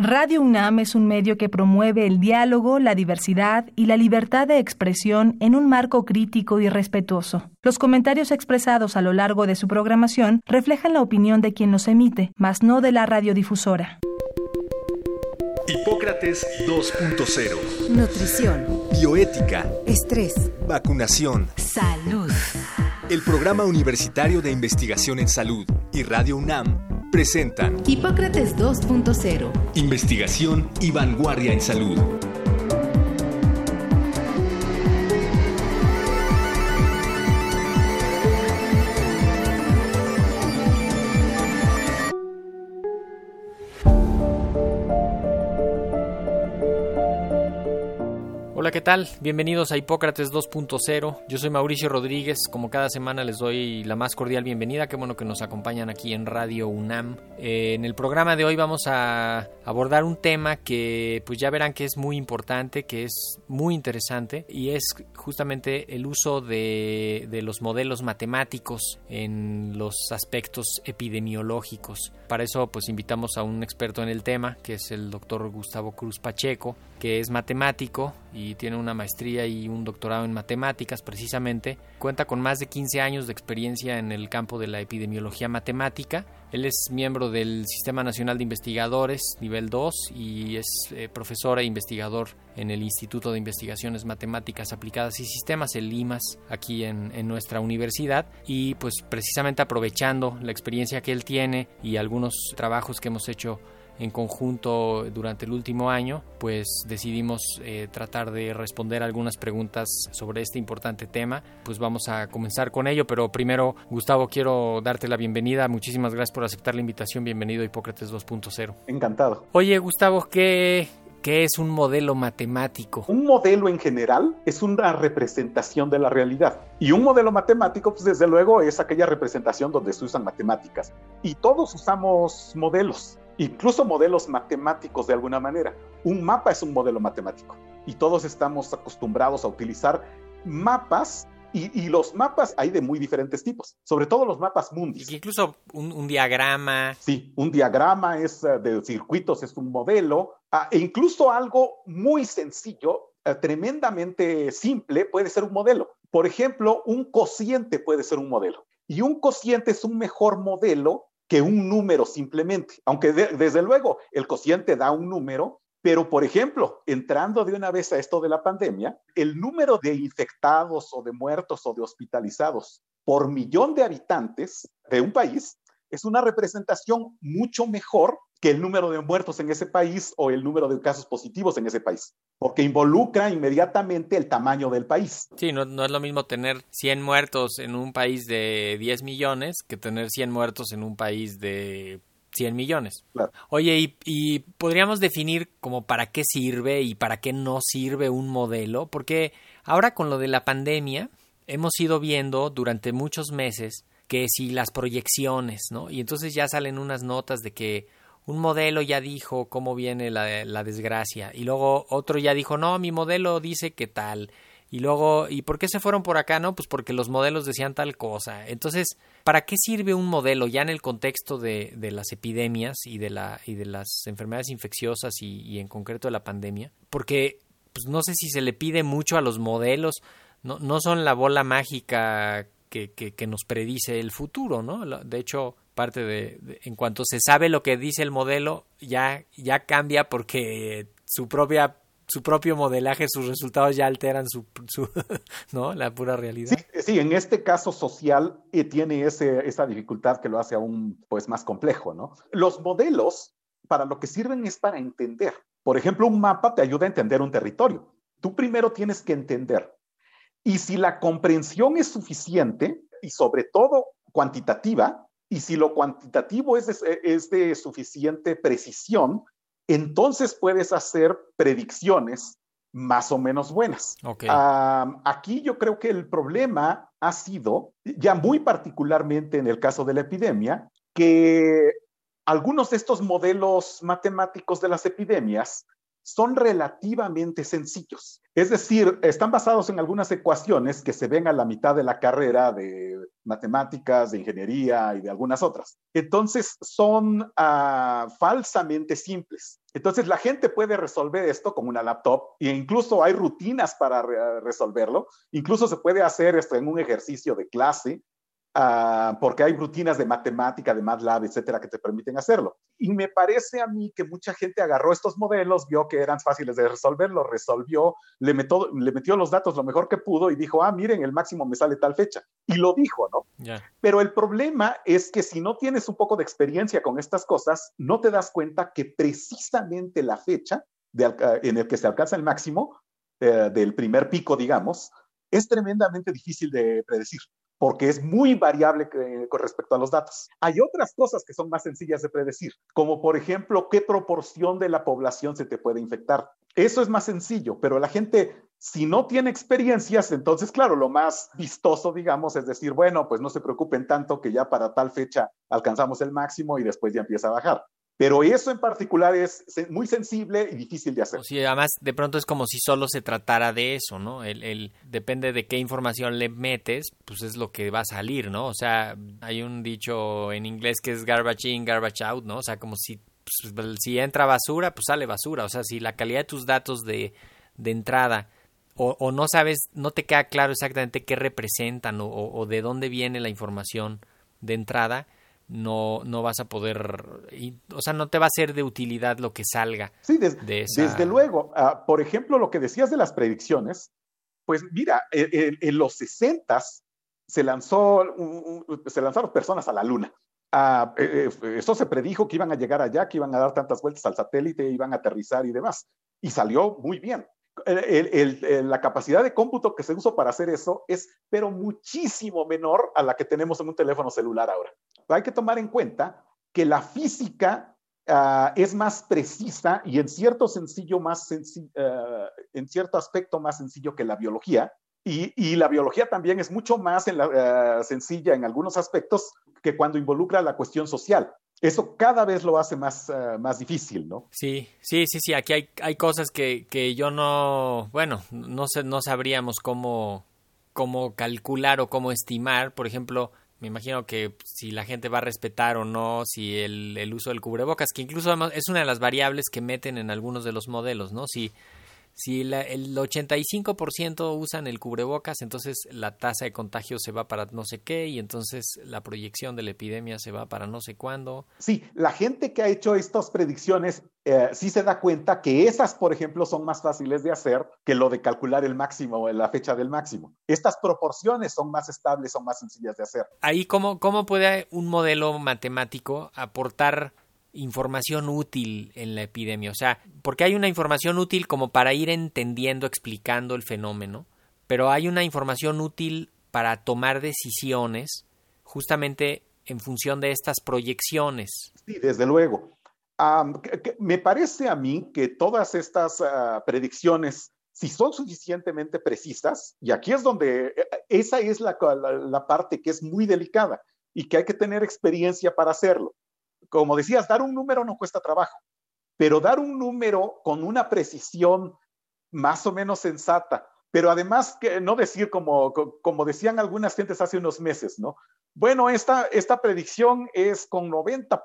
Radio UNAM es un medio que promueve el diálogo, la diversidad y la libertad de expresión en un marco crítico y respetuoso. Los comentarios expresados a lo largo de su programación reflejan la opinión de quien los emite, mas no de la radiodifusora. Hipócrates 2.0. Nutrición. Bioética. Estrés. Vacunación. Salud. El Programa Universitario de Investigación en Salud y Radio UNAM presentan Hipócrates 2.0. Investigación y vanguardia en salud. Hola, ¿qué tal? Bienvenidos a Hipócrates 2.0. Yo soy Mauricio Rodríguez. Como cada semana les doy la más cordial bienvenida. Qué bueno que nos acompañan aquí en Radio UNAM. En el programa de hoy vamos a abordar un tema que pues ya verán que es muy importante, que es muy interesante, y es justamente el uso de los modelos matemáticos en los aspectos epidemiológicos. Para eso pues invitamos a un experto en el tema, que es el doctor Gustavo Cruz Pacheco, que es matemático y tiene una maestría y un doctorado en matemáticas precisamente. Cuenta con más de 15 años de experiencia en el campo de la epidemiología matemática. Él es miembro del Sistema Nacional de Investigadores nivel 2 y es profesor e investigador en el Instituto de Investigaciones Matemáticas Aplicadas y Sistemas, el IMAS, aquí en nuestra universidad. Y pues precisamente aprovechando la experiencia que él tiene y algunos trabajos que hemos hecho en conjunto durante el último año, pues decidimos tratar de responder algunas preguntas sobre este importante tema. Pues vamos a comenzar con ello, pero primero, Gustavo, quiero darte la bienvenida. Muchísimas gracias por aceptar la invitación. Bienvenido a Hipócrates 2.0. Encantado. Oye, Gustavo, ¿qué es un modelo matemático? Un modelo en general es una representación de la realidad. Y un modelo matemático, pues desde luego, es aquella representación donde se usan matemáticas. Y todos usamos modelos. Incluso modelos matemáticos de alguna manera. Un mapa es un modelo matemático y todos estamos acostumbrados a utilizar mapas y los mapas hay de muy diferentes tipos, sobre todo los mapas mundis. Incluso un diagrama. Sí, un diagrama es de circuitos, es un modelo, e incluso algo muy sencillo, tremendamente simple puede ser un modelo. Por ejemplo, un cociente puede ser un modelo y un cociente es un mejor modelo que un número simplemente, aunque desde luego el cociente da un número, pero por ejemplo, entrando de una vez a esto de la pandemia, el número de infectados o de muertos o de hospitalizados por millón de habitantes de un país es una representación mucho mejor que el número de muertos en ese país o el número de casos positivos en ese país, porque involucra inmediatamente el tamaño del país. Sí, no es lo mismo tener 100 muertos en un país de 10 millones que tener 100 muertos en un país de 100 millones. Claro. Oye, y podríamos definir como para qué sirve y para qué no sirve un modelo, porque ahora con lo de la pandemia hemos ido viendo durante muchos meses que si las proyecciones, ¿no? Y entonces ya salen unas notas de que un modelo ya dijo cómo viene la desgracia y luego otro ya dijo, no, mi modelo dice que tal. Y luego, ¿y por qué se fueron por acá? No, pues porque los modelos decían tal cosa. Entonces, ¿para qué sirve un modelo ya en el contexto de las epidemias y de las enfermedades infecciosas y en concreto de la pandemia? Porque pues no sé si se le pide mucho a los modelos, no son la bola mágica que nos predice el futuro, ¿no? De hecho, parte en cuanto se sabe lo que dice el modelo, ya cambia porque su propio modelaje, sus resultados ya alteran su ¿no? La pura realidad. Sí, en este caso social tiene esa dificultad que lo hace aún pues, más complejo, ¿no? Los modelos, para lo que sirven es para entender. Por ejemplo, un mapa te ayuda a entender un territorio. Tú primero tienes que entender. Y si la comprensión es suficiente, y sobre todo cuantitativa, y si lo cuantitativo es de suficiente precisión, entonces puedes hacer predicciones más o menos buenas. Okay. Aquí yo creo que el problema ha sido, ya muy particularmente en el caso de la epidemia, que algunos de estos modelos matemáticos de las epidemias son relativamente sencillos. Es decir, están basados en algunas ecuaciones que se ven a la mitad de la carrera de matemáticas, de ingeniería y de algunas otras. Entonces son falsamente simples. Entonces la gente puede resolver esto con una laptop e incluso hay rutinas para resolverlo. Incluso se puede hacer esto en un ejercicio de clase, porque hay rutinas de matemática, de MATLAB, etcétera, que te permiten hacerlo. Y me parece a mí que mucha gente agarró estos modelos, vio que eran fáciles de resolver, lo resolvió, le metió los datos lo mejor que pudo y dijo, miren, el máximo me sale tal fecha. Y lo dijo, ¿no? Yeah. Pero el problema es que si no tienes un poco de experiencia con estas cosas, no te das cuenta que precisamente la fecha en el que se alcanza el máximo, del primer pico, digamos, es tremendamente difícil de predecir, porque es muy variable con respecto a los datos. Hay otras cosas que son más sencillas de predecir, como por ejemplo, qué proporción de la población se te puede infectar. Eso es más sencillo, pero la gente, si no tiene experiencias, entonces, claro, lo más vistoso, digamos, es decir, bueno, pues no se preocupen tanto que ya para tal fecha alcanzamos el máximo y después ya empieza a bajar. Pero eso en particular es muy sensible y difícil de hacer. O sea, además, de pronto es como si solo se tratara de eso, ¿no? Depende de qué información le metes, pues es lo que va a salir, ¿no? O sea, hay un dicho en inglés que es garbage in, garbage out, ¿no? O sea, como si entra basura, pues sale basura. O sea, si la calidad de tus datos de entrada o no sabes, no te queda claro exactamente qué representan o de dónde viene la información de entrada, no vas a poder, o sea, no te va a ser de utilidad lo que salga. Sí, de esa... desde luego. Por ejemplo, lo que decías de las predicciones, pues mira, en los 60s se lanzaron personas a la Luna. Eso se predijo que iban a llegar allá, que iban a dar tantas vueltas al satélite, iban a aterrizar y demás. Y salió muy bien. La capacidad de cómputo que se usó para hacer eso es, pero muchísimo menor a la que tenemos en un teléfono celular ahora. Hay que tomar en cuenta que la física es más precisa y en cierto aspecto más sencillo que la biología. Y la biología también es mucho más sencilla en algunos aspectos que cuando involucra la cuestión social. Eso cada vez lo hace más difícil, ¿no? Sí. Aquí hay cosas que yo no sabríamos cómo calcular o cómo estimar. Por ejemplo, me imagino que si la gente va a respetar o no, si el uso del cubrebocas, que incluso es una de las variables que meten en algunos de los modelos, ¿no? Si el 85% usan el cubrebocas, entonces la tasa de contagio se va para no sé qué y entonces la proyección de la epidemia se va para no sé cuándo. Sí, la gente que ha hecho estas predicciones sí se da cuenta que esas, por ejemplo, son más fáciles de hacer que lo de calcular el máximo o la fecha del máximo. Estas proporciones son más estables, son más sencillas de hacer. Ahí, ¿cómo puede un modelo matemático aportar información útil en la epidemia? O sea, porque hay una información útil como para ir entendiendo, explicando el fenómeno, pero hay una información útil para tomar decisiones justamente en función de estas proyecciones. Sí, desde luego. Me parece a mí que todas estas predicciones, si son suficientemente precisas, y aquí es donde esa es la parte que es muy delicada y que hay que tener experiencia para hacerlo. Como decías, dar un número no cuesta trabajo, pero dar un número con una precisión más o menos sensata, pero además que no decir como decían algunas gentes hace unos meses, ¿no? Bueno, esta predicción es con 90%,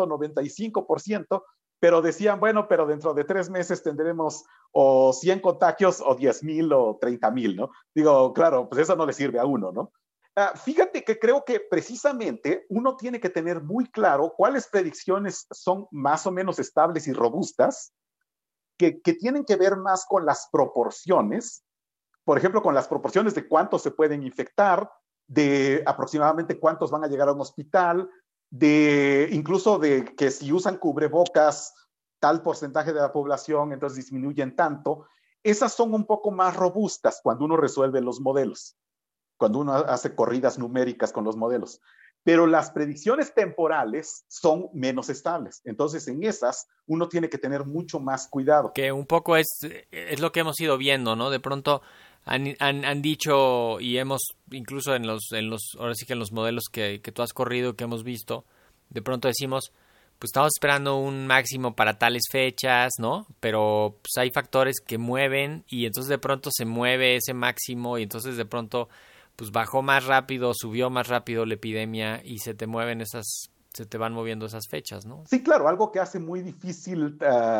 95%, pero decían, bueno, pero dentro de 3 meses tendremos o 100 contagios o 10,000 o 30,000, ¿no? Digo, claro, pues eso no le sirve a uno, ¿no? Fíjate que creo que precisamente uno tiene que tener muy claro cuáles predicciones son más o menos estables y robustas, que tienen que ver más con las proporciones, por ejemplo, con las proporciones de cuántos se pueden infectar, de aproximadamente cuántos van a llegar a un hospital, incluso de que si usan cubrebocas, tal porcentaje de la población, entonces disminuyen tanto. Esas son un poco más robustas cuando uno resuelve los modelos, cuando uno hace corridas numéricas con los modelos. Pero las predicciones temporales son menos estables. Entonces, en esas, uno tiene que tener mucho más cuidado. Que un poco es lo que hemos ido viendo, ¿no? De pronto han dicho, y hemos, incluso ahora sí que en los modelos que tú has corrido, que hemos visto, de pronto decimos, pues estamos esperando un máximo para tales fechas, ¿no? Pero pues hay factores que mueven y entonces de pronto se mueve ese máximo y entonces de pronto pues bajó más rápido, subió más rápido la epidemia y se te van moviendo esas fechas, ¿no? Sí, claro, algo que hace muy difícil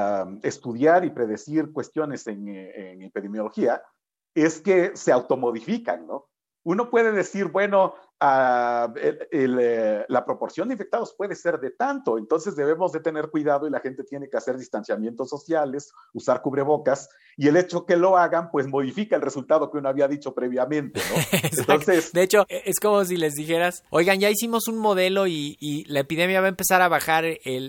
estudiar y predecir cuestiones en epidemiología es que se automodifican, ¿no? Uno puede decir, bueno, la proporción de infectados puede ser de tanto, entonces debemos de tener cuidado y la gente tiene que hacer distanciamientos sociales, usar cubrebocas, y el hecho que lo hagan, pues modifica el resultado que uno había dicho previamente, ¿no? Entonces, de hecho, es como si les dijeras, oigan, ya hicimos un modelo y la epidemia va a empezar a bajar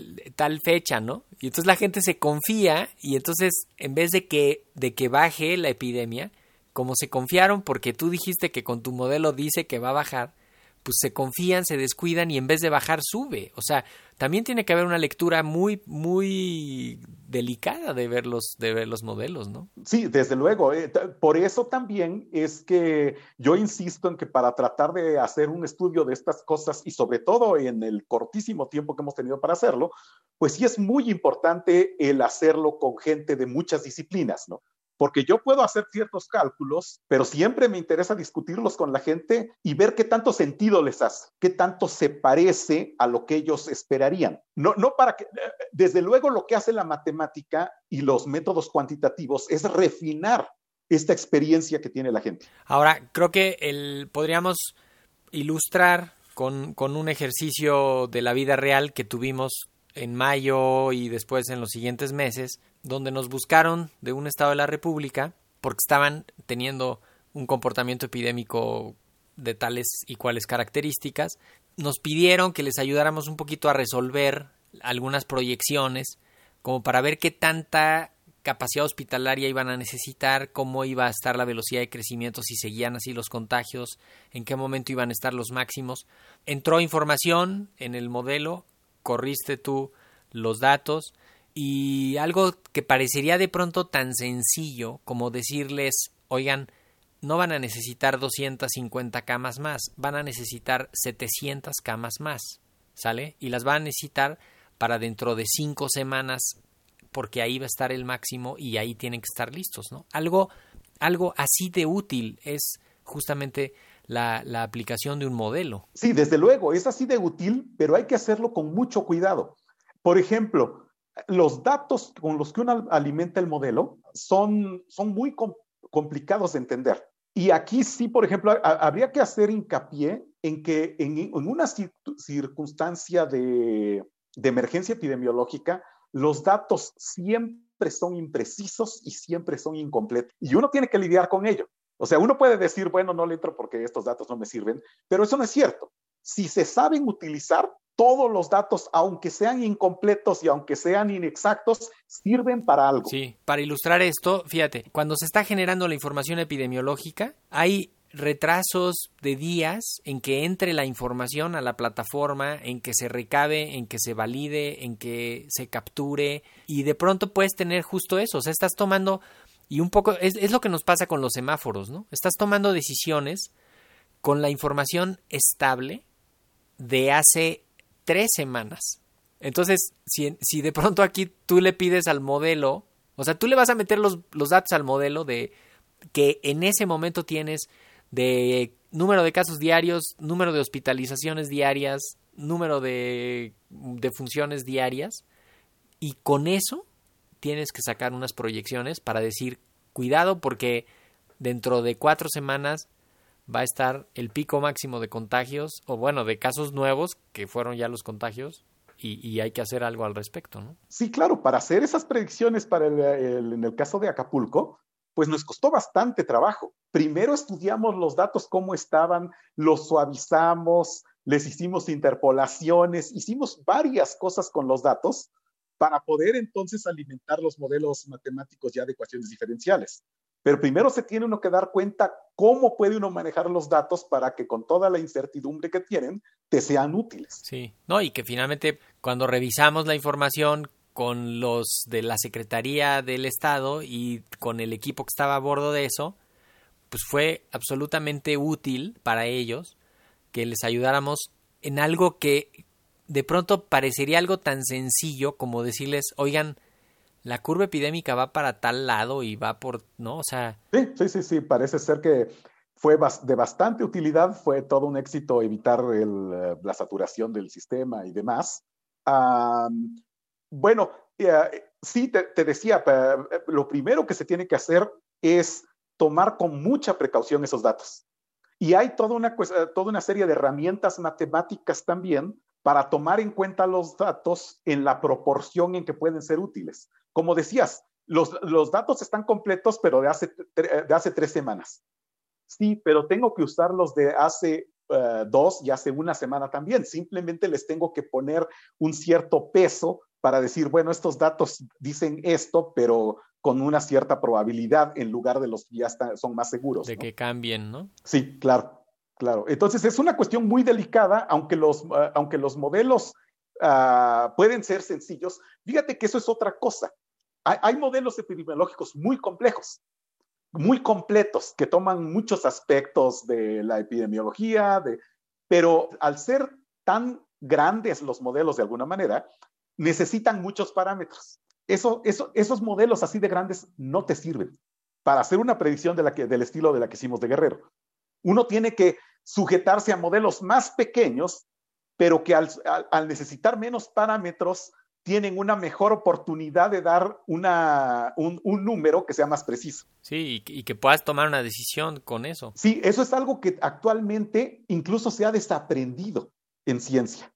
tal fecha, ¿no? Y entonces la gente se confía y entonces en vez de que baje la epidemia, como se confiaron porque tú dijiste que con tu modelo dice que va a bajar, pues se confían, se descuidan y en vez de bajar sube. O sea, también tiene que haber una lectura muy, muy delicada de ver los modelos, ¿no? Sí, desde luego. Por eso también es que yo insisto en que para tratar de hacer un estudio de estas cosas y sobre todo en el cortísimo tiempo que hemos tenido para hacerlo, pues sí es muy importante el hacerlo con gente de muchas disciplinas, ¿no? Porque yo puedo hacer ciertos cálculos, pero siempre me interesa discutirlos con la gente y ver qué tanto sentido les hace, qué tanto se parece a lo que ellos esperarían. No para que, desde luego lo que hace la matemática y los métodos cuantitativos es refinar esta experiencia que tiene la gente. Ahora, creo que podríamos ilustrar con un ejercicio de la vida real que tuvimos en mayo y después en los siguientes meses, donde nos buscaron de un estado de la República porque estaban teniendo un comportamiento epidémico de tales y cuales características. Nos pidieron que les ayudáramos un poquito a resolver algunas proyecciones como para ver qué tanta capacidad hospitalaria iban a necesitar, cómo iba a estar la velocidad de crecimiento, si seguían así los contagios, en qué momento iban a estar los máximos. Entró información en el modelo, corriste tú los datos y algo que parecería de pronto tan sencillo como decirles, oigan, no van a necesitar 250 camas más, van a necesitar 700 camas más, ¿sale? Y las van a necesitar para dentro de 5 semanas porque ahí va a estar el máximo y ahí tienen que estar listos, ¿no? Algo así de útil es justamente la aplicación de un modelo. Sí, desde luego, es así de útil, pero hay que hacerlo con mucho cuidado. Por ejemplo, los datos con los que uno alimenta el modelo son muy complicados de entender. Y aquí sí, por ejemplo, habría que hacer hincapié en que en una circunstancia de emergencia epidemiológica, los datos siempre son imprecisos y siempre son incompletos. Y uno tiene que lidiar con ello. O sea, uno puede decir, bueno, no le entro porque estos datos no me sirven, pero eso no es cierto. Si se saben utilizar, todos los datos, aunque sean incompletos y aunque sean inexactos, sirven para algo. Sí, para ilustrar esto, fíjate, cuando se está generando la información epidemiológica, hay retrasos de días en que entre la información a la plataforma, en que se recabe, en que se valide, en que se capture, y de pronto puedes tener justo eso. O sea, estás tomando... Y un poco, es lo que nos pasa con los semáforos, ¿no? Estás tomando decisiones con la información estable de hace 3 semanas. Entonces, si de pronto aquí tú le pides al modelo, o sea, tú le vas a meter los datos al modelo de que en ese momento tienes de número de casos diarios, número de hospitalizaciones diarias, número de funciones diarias, y con eso tienes que sacar unas proyecciones para decir, cuidado porque dentro de 4 semanas va a estar el pico máximo de contagios, o bueno, de casos nuevos, que fueron ya los contagios, y hay que hacer algo al respecto, ¿no? Sí, claro, para hacer esas predicciones en el caso de Acapulco, pues nos costó bastante trabajo. Primero estudiamos los datos, cómo estaban, los suavizamos, les hicimos interpolaciones, hicimos varias cosas con los datos, para poder entonces alimentar los modelos matemáticos ya de ecuaciones diferenciales. Pero primero se tiene uno que dar cuenta cómo puede uno manejar los datos para que con toda la incertidumbre que tienen, te sean útiles. Sí, no, y que finalmente cuando revisamos la información con los de la Secretaría del Estado y con el equipo que estaba a bordo de eso, pues fue absolutamente útil para ellos que les ayudáramos en algo que de pronto parecería algo tan sencillo como decirles, oigan, la curva epidémica va para tal lado y va por, ¿no? O sea... Sí, parece ser que fue de bastante utilidad, fue todo un éxito evitar la saturación del sistema y demás. Bueno, sí, te decía, lo primero que se tiene que hacer es tomar con mucha precaución esos datos. Y hay toda una serie de herramientas matemáticas también para tomar en cuenta los datos en la proporción en que pueden ser útiles. Como decías, los datos están completos, pero de hace 3 semanas. Sí, pero tengo que usarlos de hace 2 y hace 1 semana también. Simplemente les tengo que poner un cierto peso para decir, bueno, estos datos dicen esto, pero con una cierta probabilidad en lugar de los que ya son más seguros. De, ¿no?, que cambien, ¿no? Sí, claro, claro. Entonces es una cuestión muy delicada, aunque los modelos pueden ser sencillos. Fíjate que eso es otra cosa. Hay modelos epidemiológicos muy complejos, muy completos, que toman muchos aspectos de la epidemiología, pero al ser tan grandes los modelos de alguna manera, necesitan muchos parámetros. Esos modelos así de grandes no te sirven para hacer una predicción del estilo de la que hicimos de Guerrero. Uno tiene que sujetarse a modelos más pequeños, pero que al necesitar menos parámetros tienen una mejor oportunidad de dar un número que sea más preciso. Sí, y que puedas tomar una decisión con eso. Sí, eso es algo que actualmente incluso se ha desaprendido en ciencia.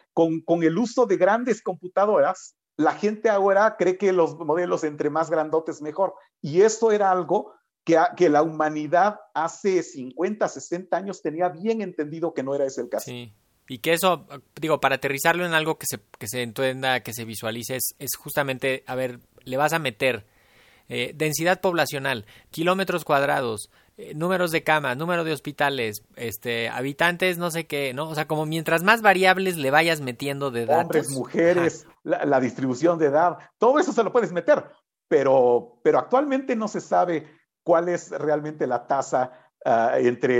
Con el uso de grandes computadoras, la gente ahora cree que los modelos entre más grandotes mejor. Y eso era algo que la humanidad hace 50, 60 años tenía bien entendido que no era ese el caso. Sí. Y que eso, digo, para aterrizarlo en algo que se entienda, que se visualice, es justamente, a ver, le vas a meter densidad poblacional, kilómetros cuadrados, números de camas, número de hospitales, habitantes, no sé qué, ¿no? O sea, como mientras más variables le vayas metiendo de datos. Hombres, mujeres, la distribución de edad, todo eso se lo puedes meter, pero actualmente no se sabe cuál es realmente la tasa entre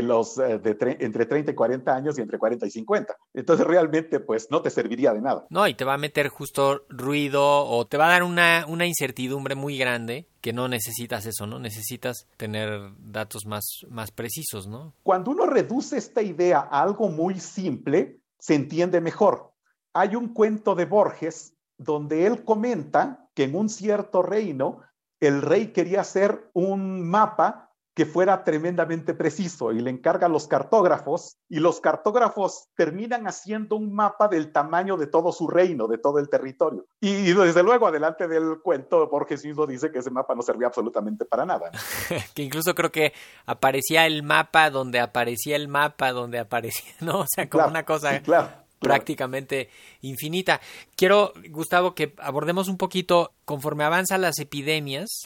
entre 30 y 40 años y entre 40 y 50. Entonces realmente pues no te serviría de nada. No, y te va a meter justo ruido o te va a dar una incertidumbre muy grande que no necesitas eso, ¿no? Necesitas tener datos más precisos, ¿no? Cuando uno reduce esta idea a algo muy simple, se entiende mejor. Hay un cuento de Borges donde él comenta que en un cierto reino el rey quería hacer un mapa que fuera tremendamente preciso y le encarga a los cartógrafos y los cartógrafos terminan haciendo un mapa del tamaño de todo su reino, de todo el territorio. Y desde luego, adelante del cuento, Borges mismo dice que ese mapa no servía absolutamente para nada, ¿no? Que incluso creo que aparecía el mapa donde aparecía el mapa donde aparecía, ¿no? O sea, como una cosa... Sí, claro. Prácticamente infinita. Quiero, Gustavo, que abordemos un poquito, conforme avanzan las epidemias,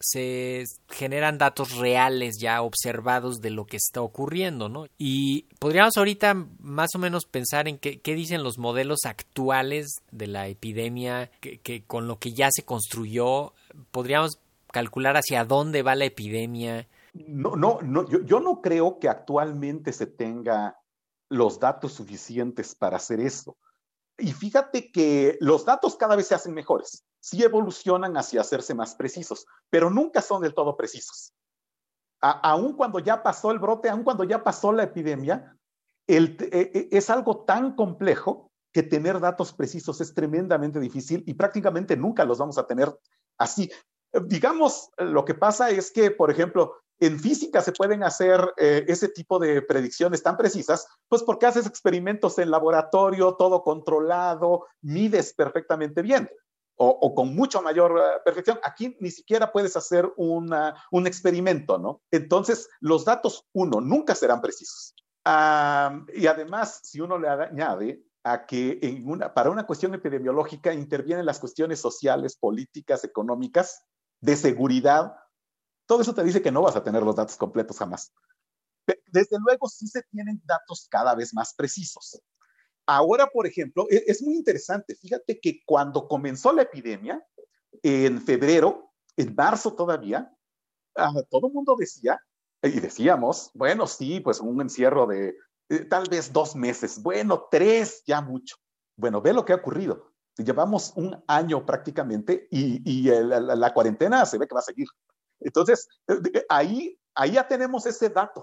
se generan datos reales ya observados de lo que está ocurriendo, ¿no? Y podríamos ahorita más o menos pensar en qué dicen los modelos actuales de la epidemia, que con lo que ya se construyó, podríamos calcular hacia dónde va la epidemia. No, yo no creo que actualmente se tenga los datos suficientes para hacer eso. Y fíjate que los datos cada vez se hacen mejores, sí evolucionan hacia hacerse más precisos, pero nunca son del todo precisos. Aun cuando ya pasó el brote, aun cuando ya pasó la epidemia, es algo tan complejo que tener datos precisos es tremendamente difícil y prácticamente nunca los vamos a tener así. Digamos, lo que pasa es que, por ejemplo, en física se pueden hacer ese tipo de predicciones tan precisas, pues porque haces experimentos en laboratorio, todo controlado, mides perfectamente bien o con mucho mayor perfección. Aquí ni siquiera puedes hacer un experimento, ¿no? Entonces, los datos, nunca serán precisos. Y además, si uno le añade a que para una cuestión epidemiológica intervienen las cuestiones sociales, políticas, económicas, de seguridad, todo eso te dice que no vas a tener los datos completos jamás. Desde luego, sí se tienen datos cada vez más precisos. Ahora, por ejemplo, es muy interesante. Fíjate que cuando comenzó la epidemia, en febrero, en marzo todavía, todo el mundo decía, y decíamos, bueno, sí, pues un encierro de tal vez 2 meses, bueno, 3, ya mucho. Bueno, ve lo que ha ocurrido. Llevamos 1 año prácticamente y la cuarentena se ve que va a seguir. Entonces, ahí ya tenemos ese dato.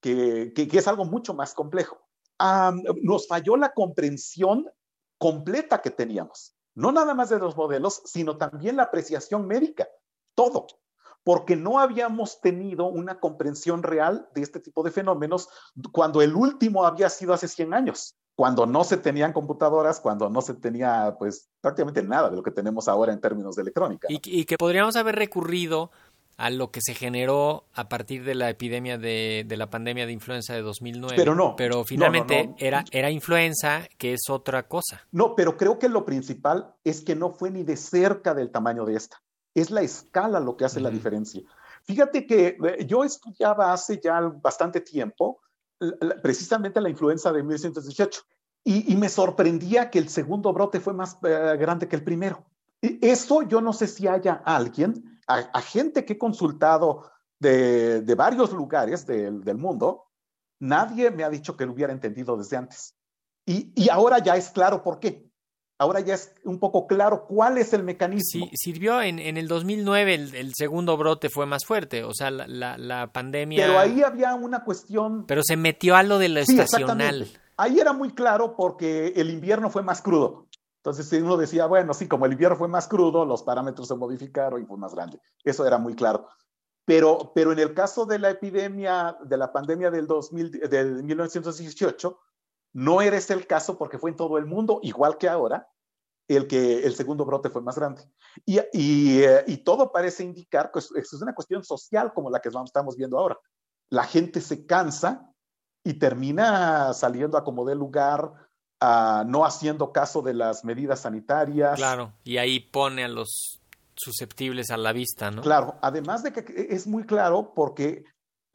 que es algo mucho más complejo. Nos falló la comprensión completa que teníamos, no nada más de los modelos, sino también la apreciación médica, todo, porque no habíamos tenido una comprensión real de este tipo de fenómenos cuando el último había sido hace 100 años, cuando no se tenían computadoras, cuando no se tenía pues prácticamente nada de lo que tenemos ahora en términos de electrónica, ¿no? Y que podríamos haber recurrido a lo que se generó a partir de la epidemia de la pandemia de influenza de 2009. Pero no. Pero finalmente No. Era influenza, que es otra cosa. No, pero creo que lo principal es que no fue ni de cerca del tamaño de esta. Es la escala lo que hace la diferencia. Fíjate que yo estudiaba hace ya bastante tiempo precisamente la influenza de 1918 y me sorprendía que el segundo brote fue más grande que el primero. Eso yo no sé si haya alguien, a gente que he consultado de varios lugares del mundo, nadie me ha dicho que lo hubiera entendido desde antes. Y ahora ya es claro por qué. Ahora ya es un poco claro cuál es el mecanismo. Sí, sirvió en el 2009, el segundo brote fue más fuerte, o sea, la pandemia... Pero ahí había una cuestión... Pero se metió a lo de lo estacional. Ahí era muy claro porque el invierno fue más crudo. Entonces uno decía, bueno, sí, como el invierno fue más crudo, los parámetros se modificaron y fue más grande. Eso era muy claro. Pero en el caso de la epidemia, de la pandemia del 1918, no era ese el caso porque fue en todo el mundo, igual que ahora, el segundo brote fue más grande. Y todo parece indicar que es una cuestión social como la que estamos viendo ahora. La gente se cansa y termina saliendo a como dé lugar, no haciendo caso de las medidas sanitarias. Claro, y ahí pone a los susceptibles a la vista, ¿no? Claro, además de que es muy claro porque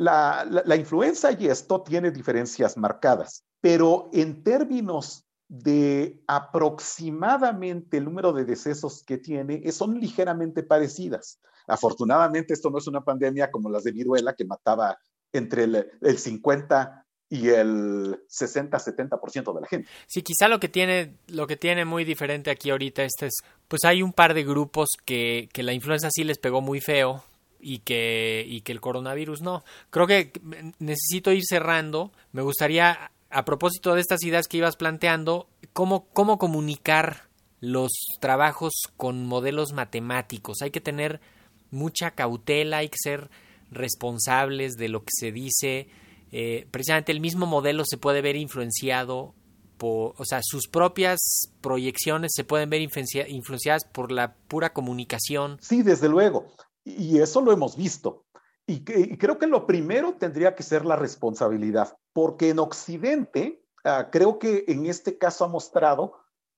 la influenza y esto tiene diferencias marcadas, pero en términos de aproximadamente el número de decesos que tiene, son ligeramente parecidas. Afortunadamente esto no es una pandemia como las de viruela que mataba entre el 50 y el 60-70% de la gente. Sí, quizá lo que tiene muy diferente aquí ahorita pues hay un par de grupos que la influenza sí les pegó muy feo y que el coronavirus no. Creo que necesito ir cerrando. Me gustaría, a propósito de estas ideas que ibas planteando, cómo comunicar los trabajos con modelos matemáticos. Hay que tener mucha cautela, hay que ser responsables de lo que se dice. Precisamente el mismo modelo se puede ver influenciado o sea, sus propias proyecciones se pueden ver influenciadas por la pura comunicación. Sí, desde luego. Y eso lo hemos visto. Y creo que lo primero tendría que ser la responsabilidad, porque en Occidente creo que en este caso ha mostrado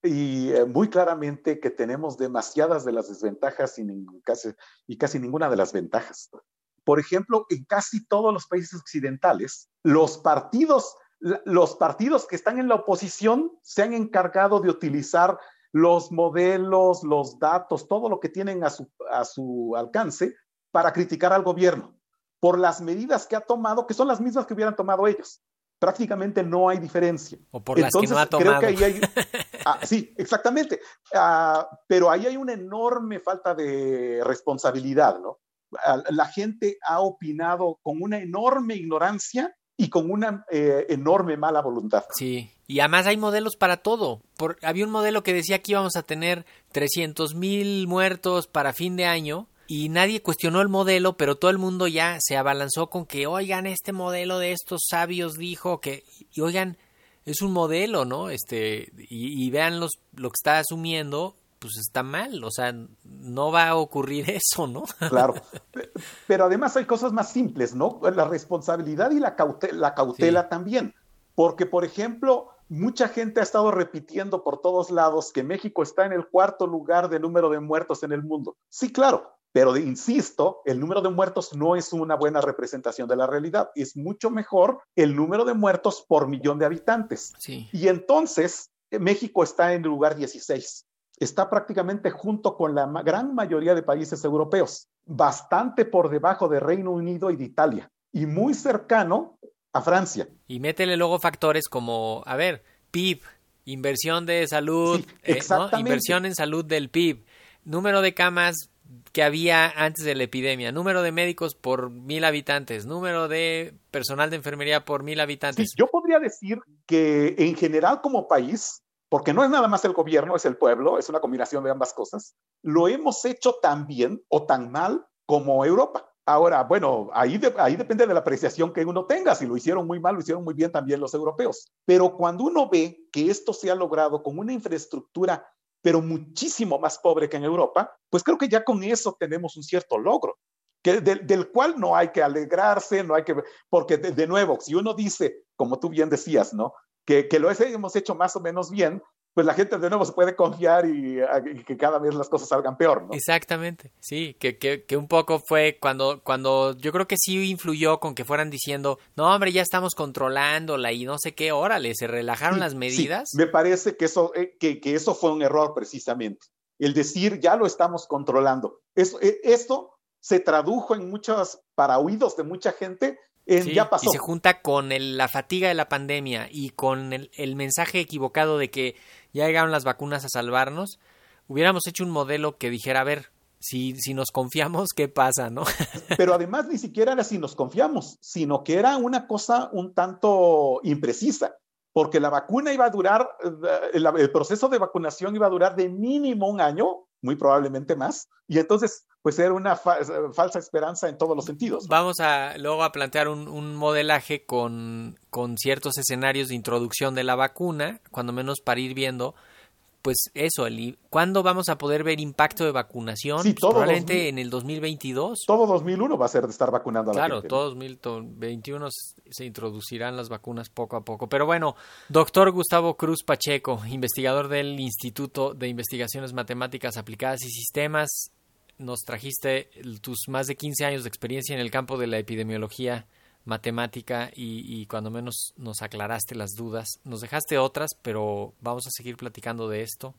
muy claramente que tenemos demasiadas de las desventajas y casi ninguna de las ventajas. Por ejemplo, en casi todos los países occidentales, los partidos que están en la oposición se han encargado de utilizar los modelos, los datos, todo lo que tienen a su alcance para criticar al gobierno por las medidas que ha tomado, que son las mismas que hubieran tomado ellos. Prácticamente no hay diferencia. O por las que no ha tomado. Creo que ahí hay, sí, exactamente. Pero ahí hay una enorme falta de responsabilidad, ¿no? La gente ha opinado con una enorme ignorancia y con una enorme mala voluntad. Sí, y además hay modelos para todo. Había un modelo que decía que íbamos a tener 300,000 muertos para fin de año y nadie cuestionó el modelo, pero todo el mundo ya se abalanzó con que, oigan, este modelo de estos sabios dijo que, y oigan, es un modelo, ¿no? Y vean lo que está asumiendo, pues está mal, o sea, no va a ocurrir eso, ¿no? Claro, pero además hay cosas más simples, ¿no? La responsabilidad y la cautela sí. También, porque, por ejemplo, mucha gente ha estado repitiendo por todos lados que México está en el 4º lugar de número de muertos en el mundo. Sí, claro, pero insisto, el número de muertos no es una buena representación de la realidad, es mucho mejor el número de muertos por millón de habitantes. Sí. Y entonces, México está en el lugar 16. Está prácticamente junto con la gran mayoría de países europeos, bastante por debajo de Reino Unido y de Italia, y muy cercano a Francia. Y métele luego factores como, PIB, inversión de salud, sí, exactamente. ¿no? Inversión en salud del PIB, número de camas que había antes de la epidemia, número de médicos por 1,000 habitantes, número de personal de enfermería por 1,000 habitantes. Sí, yo podría decir que en general como país, porque no es nada más el gobierno, es el pueblo, es una combinación de ambas cosas, lo hemos hecho tan bien o tan mal como Europa. Ahora, bueno, ahí depende de la apreciación que uno tenga. Si lo hicieron muy mal, lo hicieron muy bien también los europeos. Pero cuando uno ve que esto se ha logrado con una infraestructura, pero muchísimo más pobre que en Europa, pues creo que ya con eso tenemos un cierto logro, del cual no hay que alegrarse, no hay que, porque de nuevo, si uno dice, como tú bien decías, ¿no? Que lo hemos hecho más o menos bien, pues la gente de nuevo se puede confiar y que cada vez las cosas salgan peor, ¿no? Exactamente, sí, que un poco fue cuando yo creo que sí influyó con que fueran diciendo, no hombre, ya estamos controlándola y no sé qué, órale, se relajaron las medidas. Sí, me parece que eso fue un error precisamente, el decir ya lo estamos controlando. Esto se tradujo en para oídos de mucha gente. Sí, ya pasó. Y se junta con la fatiga de la pandemia y con el mensaje equivocado de que ya llegaron las vacunas a salvarnos. Hubiéramos hecho un modelo que dijera, a ver, si nos confiamos, ¿qué pasa, no? Pero además ni siquiera era si nos confiamos, sino que era una cosa un tanto imprecisa, porque la vacuna iba a durar, el proceso de vacunación iba a durar de mínimo 1 año, muy probablemente más, y entonces pues era una falsa esperanza en todos los sentidos, ¿no? Vamos luego a plantear un modelaje con ciertos escenarios de introducción de la vacuna, cuando menos para ir viendo, pues eso, ¿cuándo vamos a poder ver impacto de vacunación? Sí, pues probablemente en el 2022. Todo 2001 va a ser de estar vacunando a la gente. Claro, todo 2021 se introducirán las vacunas poco a poco. Pero bueno, doctor Gustavo Cruz Pacheco, investigador del Instituto de Investigaciones Matemáticas Aplicadas y Sistemas, nos trajiste tus más de 15 años de experiencia en el campo de la epidemiología matemática y cuando menos nos aclaraste las dudas. Nos dejaste otras, pero vamos a seguir platicando de esto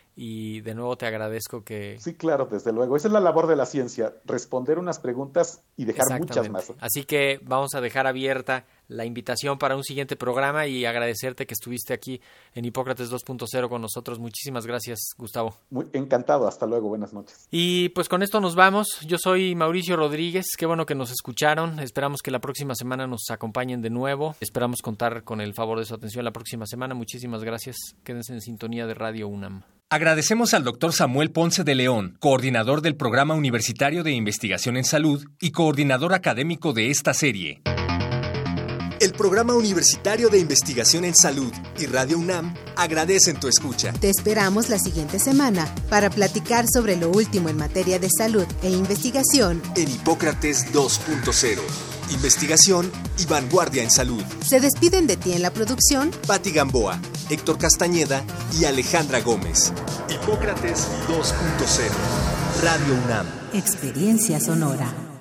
y de nuevo te agradezco que... Sí, claro, desde luego. Esa es la labor de la ciencia, responder unas preguntas y dejar muchas más. Así que vamos a dejar abierta la invitación para un siguiente programa y agradecerte que estuviste aquí en Hipócrates 2.0 con nosotros. Muchísimas gracias, Gustavo. Muy encantado. Hasta luego. Buenas noches. Y pues con esto nos vamos. Yo soy Mauricio Rodríguez. Qué bueno que nos escucharon. Esperamos que la próxima semana nos acompañen de nuevo. Esperamos contar con el favor de su atención la próxima semana. Muchísimas gracias. Quédense en sintonía de Radio UNAM. Agradecemos al Dr. Samuel Ponce de León, coordinador del Programa Universitario de Investigación en Salud y coordinador académico de esta serie. El Programa Universitario de Investigación en Salud y Radio UNAM agradecen tu escucha. Te esperamos la siguiente semana para platicar sobre lo último en materia de salud e investigación en Hipócrates 2.0. Investigación y vanguardia en salud. Se despiden de ti en la producción Patti Gamboa, Héctor Castañeda y Alejandra Gómez. Hipócrates 2.0. Radio UNAM. Experiencia sonora.